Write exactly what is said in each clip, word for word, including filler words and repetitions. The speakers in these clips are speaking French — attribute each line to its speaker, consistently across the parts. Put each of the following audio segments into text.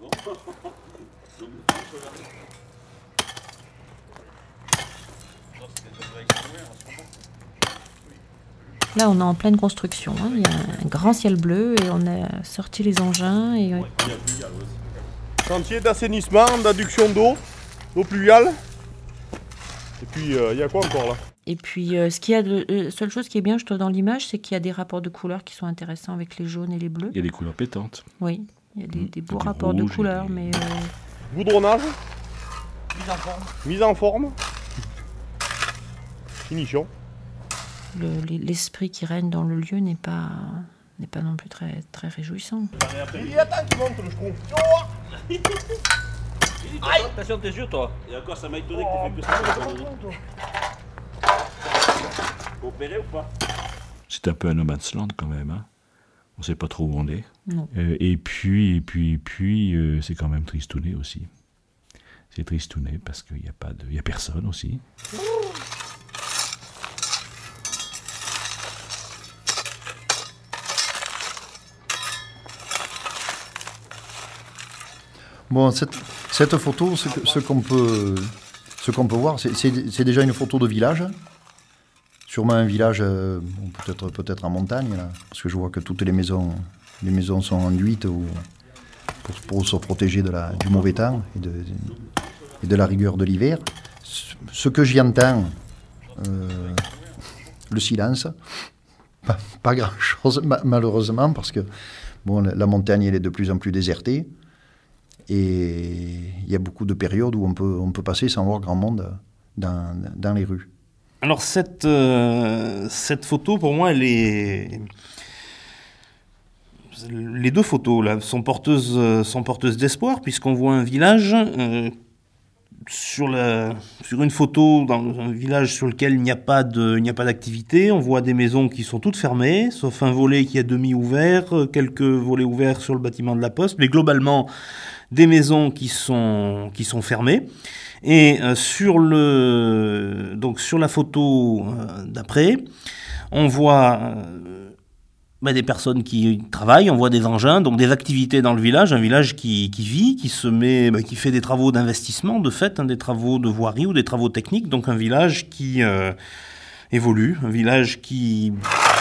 Speaker 1: Là, on est en pleine construction. Hein. Il y a un grand ciel bleu et on a sorti les engins. Et...
Speaker 2: Chantier d'assainissement, d'adduction d'eau, d'eau pluviale. Et puis, euh, il y a quoi encore là?
Speaker 1: Et puis, euh, ce qu'il y a de, la seule chose qui est bien, je trouve, dans l'image, c'est qu'il y a des rapports de couleurs qui sont intéressants avec les jaunes et les bleus.
Speaker 3: Il y a des couleurs pétantes.
Speaker 1: Oui, il y a des, mmh, des beaux
Speaker 3: des
Speaker 1: rapports de couleurs,
Speaker 3: des...
Speaker 1: mais... Euh...
Speaker 2: Goudronnage.
Speaker 4: Mise en forme.
Speaker 2: Mise en forme. Finition.
Speaker 1: Le, l'esprit qui règne dans le lieu n'est pas, n'est pas non plus très, très réjouissant.
Speaker 2: Il attends qu'il monte le trou.
Speaker 4: Aïe, attention tes yeux, toi.
Speaker 5: Et encore, ça m'a étonné que tu fait que ça. Opéré ou pas?
Speaker 3: C'est un peu un no man's land quand même. Hein. On ne sait pas trop où on est.
Speaker 1: Non.
Speaker 3: Euh, et puis, et puis, et puis euh, c'est quand même tristouné aussi. C'est tristouné parce qu'il n'y a pas de, il y a personne aussi.
Speaker 6: Bon, cette, cette photo, ce, ce, qu'on peut, ce qu'on peut voir, c'est, c'est, c'est déjà une photo de village. Sûrement un village, euh, peut-être, peut-être en montagne, là, parce que je vois que toutes les maisons, les maisons sont enduites ou, pour, pour se protéger de la, du mauvais temps et de, et de la rigueur de l'hiver. Ce que j'y entends, euh, le silence, pas, pas grand-chose, malheureusement, parce que bon, la montagne elle est de plus en plus désertée. Et il y a beaucoup de périodes où on peut, on peut passer sans voir grand monde dans, dans les rues.
Speaker 4: Alors cette, euh, cette photo, pour moi, elle est... Les deux photos là, sont, porteuses, sont porteuses d'espoir, puisqu'on voit un village... Euh, sur, la, sur une photo, dans un village sur lequel il n'y a pas de, il n'y a pas d'activité, on voit des maisons qui sont toutes fermées, sauf un volet qui est demi-ouvert, quelques volets ouverts sur le bâtiment de la Poste, mais globalement des maisons qui sont, qui sont fermées. Et euh, sur, le, donc sur la photo euh, d'après, on voit... Euh, Bah, des personnes qui travaillent, on voit des engins, donc des activités dans le village, un village qui, qui vit, qui se met, bah, qui fait des travaux d'investissement, de fait, hein, des travaux de voirie ou des travaux techniques, donc un village qui euh, évolue, un village qui...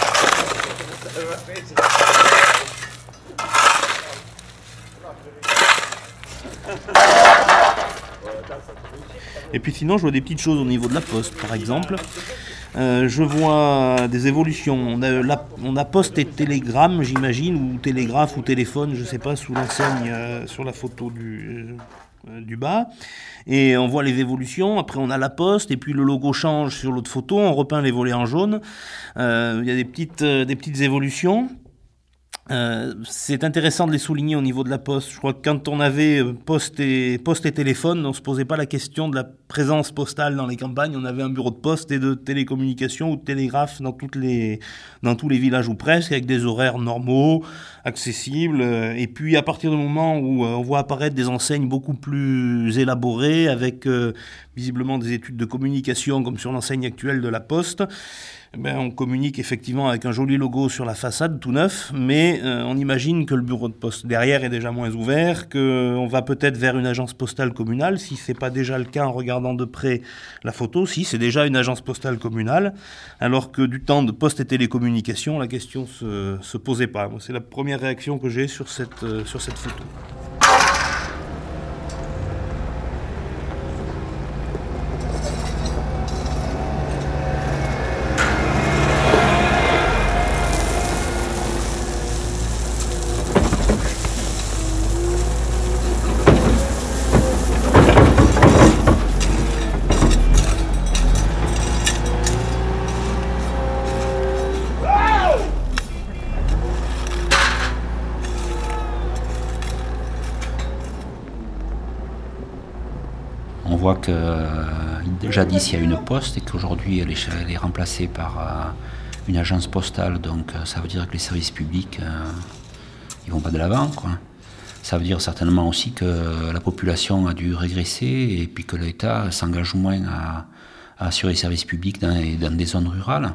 Speaker 4: Et puis sinon, je vois des petites choses au niveau de la Poste, par exemple. Euh, je vois des évolutions. On a, la, on a Poste et Télégramme, j'imagine, ou Télégraphe ou Téléphone, je ne sais pas, sous l'enseigne euh, sur la photo du, euh, du bas. Et on voit les évolutions. Après, on a la Poste, et puis le logo change sur l'autre photo. On repeint les volets en jaune. Euh, il y a des petites, euh, des petites évolutions. Euh, c'est intéressant de les souligner au niveau de la Poste. Je crois que quand on avait poste et, poste et téléphone, on ne se posait pas la question de la présence postale dans les campagnes. On avait un bureau de poste et de télécommunication ou de télégraphe dans, toutes les, dans tous les villages ou presque, avec des horaires normaux, accessibles. Et puis à partir du moment où on voit apparaître des enseignes beaucoup plus élaborées, avec euh, visiblement des études de communication comme sur l'enseigne actuelle de la Poste, ben, on communique effectivement avec un joli logo sur la façade, tout neuf, mais euh, on imagine que le bureau de poste derrière est déjà moins ouvert, qu'on va peut-être vers une agence postale communale. Si ce n'est pas déjà le cas en regardant de près la photo, si c'est déjà une agence postale communale, alors que du temps de Poste et Télécommunications, la question ne se, se posait pas. Moi, c'est la première réaction que j'ai sur cette, euh, sur cette photo.
Speaker 7: On voit que euh, jadis il y a une poste et qu'aujourd'hui elle est, elle est remplacée par euh, une agence postale, donc euh, ça veut dire que les services publics euh, ils vont pas de l'avant, quoi. Ça veut dire certainement aussi que la population a dû régresser et puis que l'État s'engage moins à, à assurer les services publics dans, dans des zones rurales.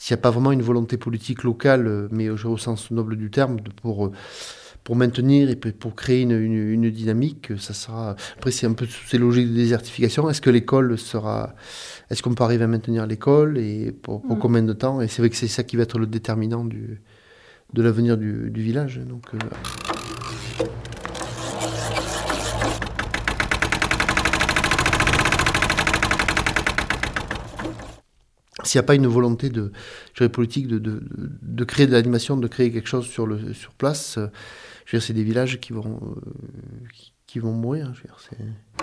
Speaker 8: s'il n'y a pas vraiment une volonté politique locale, euh, mais au, au sens noble du terme, de, pour, euh, pour maintenir et pour créer une, une, une dynamique, ça sera... Après, c'est un peu ces logiques de désertification. Est-ce que l'école sera... Est-ce qu'on peut arriver à maintenir l'école et pour, pour mmh. combien de temps? Et c'est vrai que c'est ça qui va être le déterminant du, de l'avenir du, du village. Donc, euh... S'il n'y a pas une volonté de, je dirais, politique de, de, de créer de l'animation, de créer quelque chose sur, le, sur place, euh, je veux dire, c'est des villages qui vont, euh, qui, qui vont mourir. Je veux dire, c'est...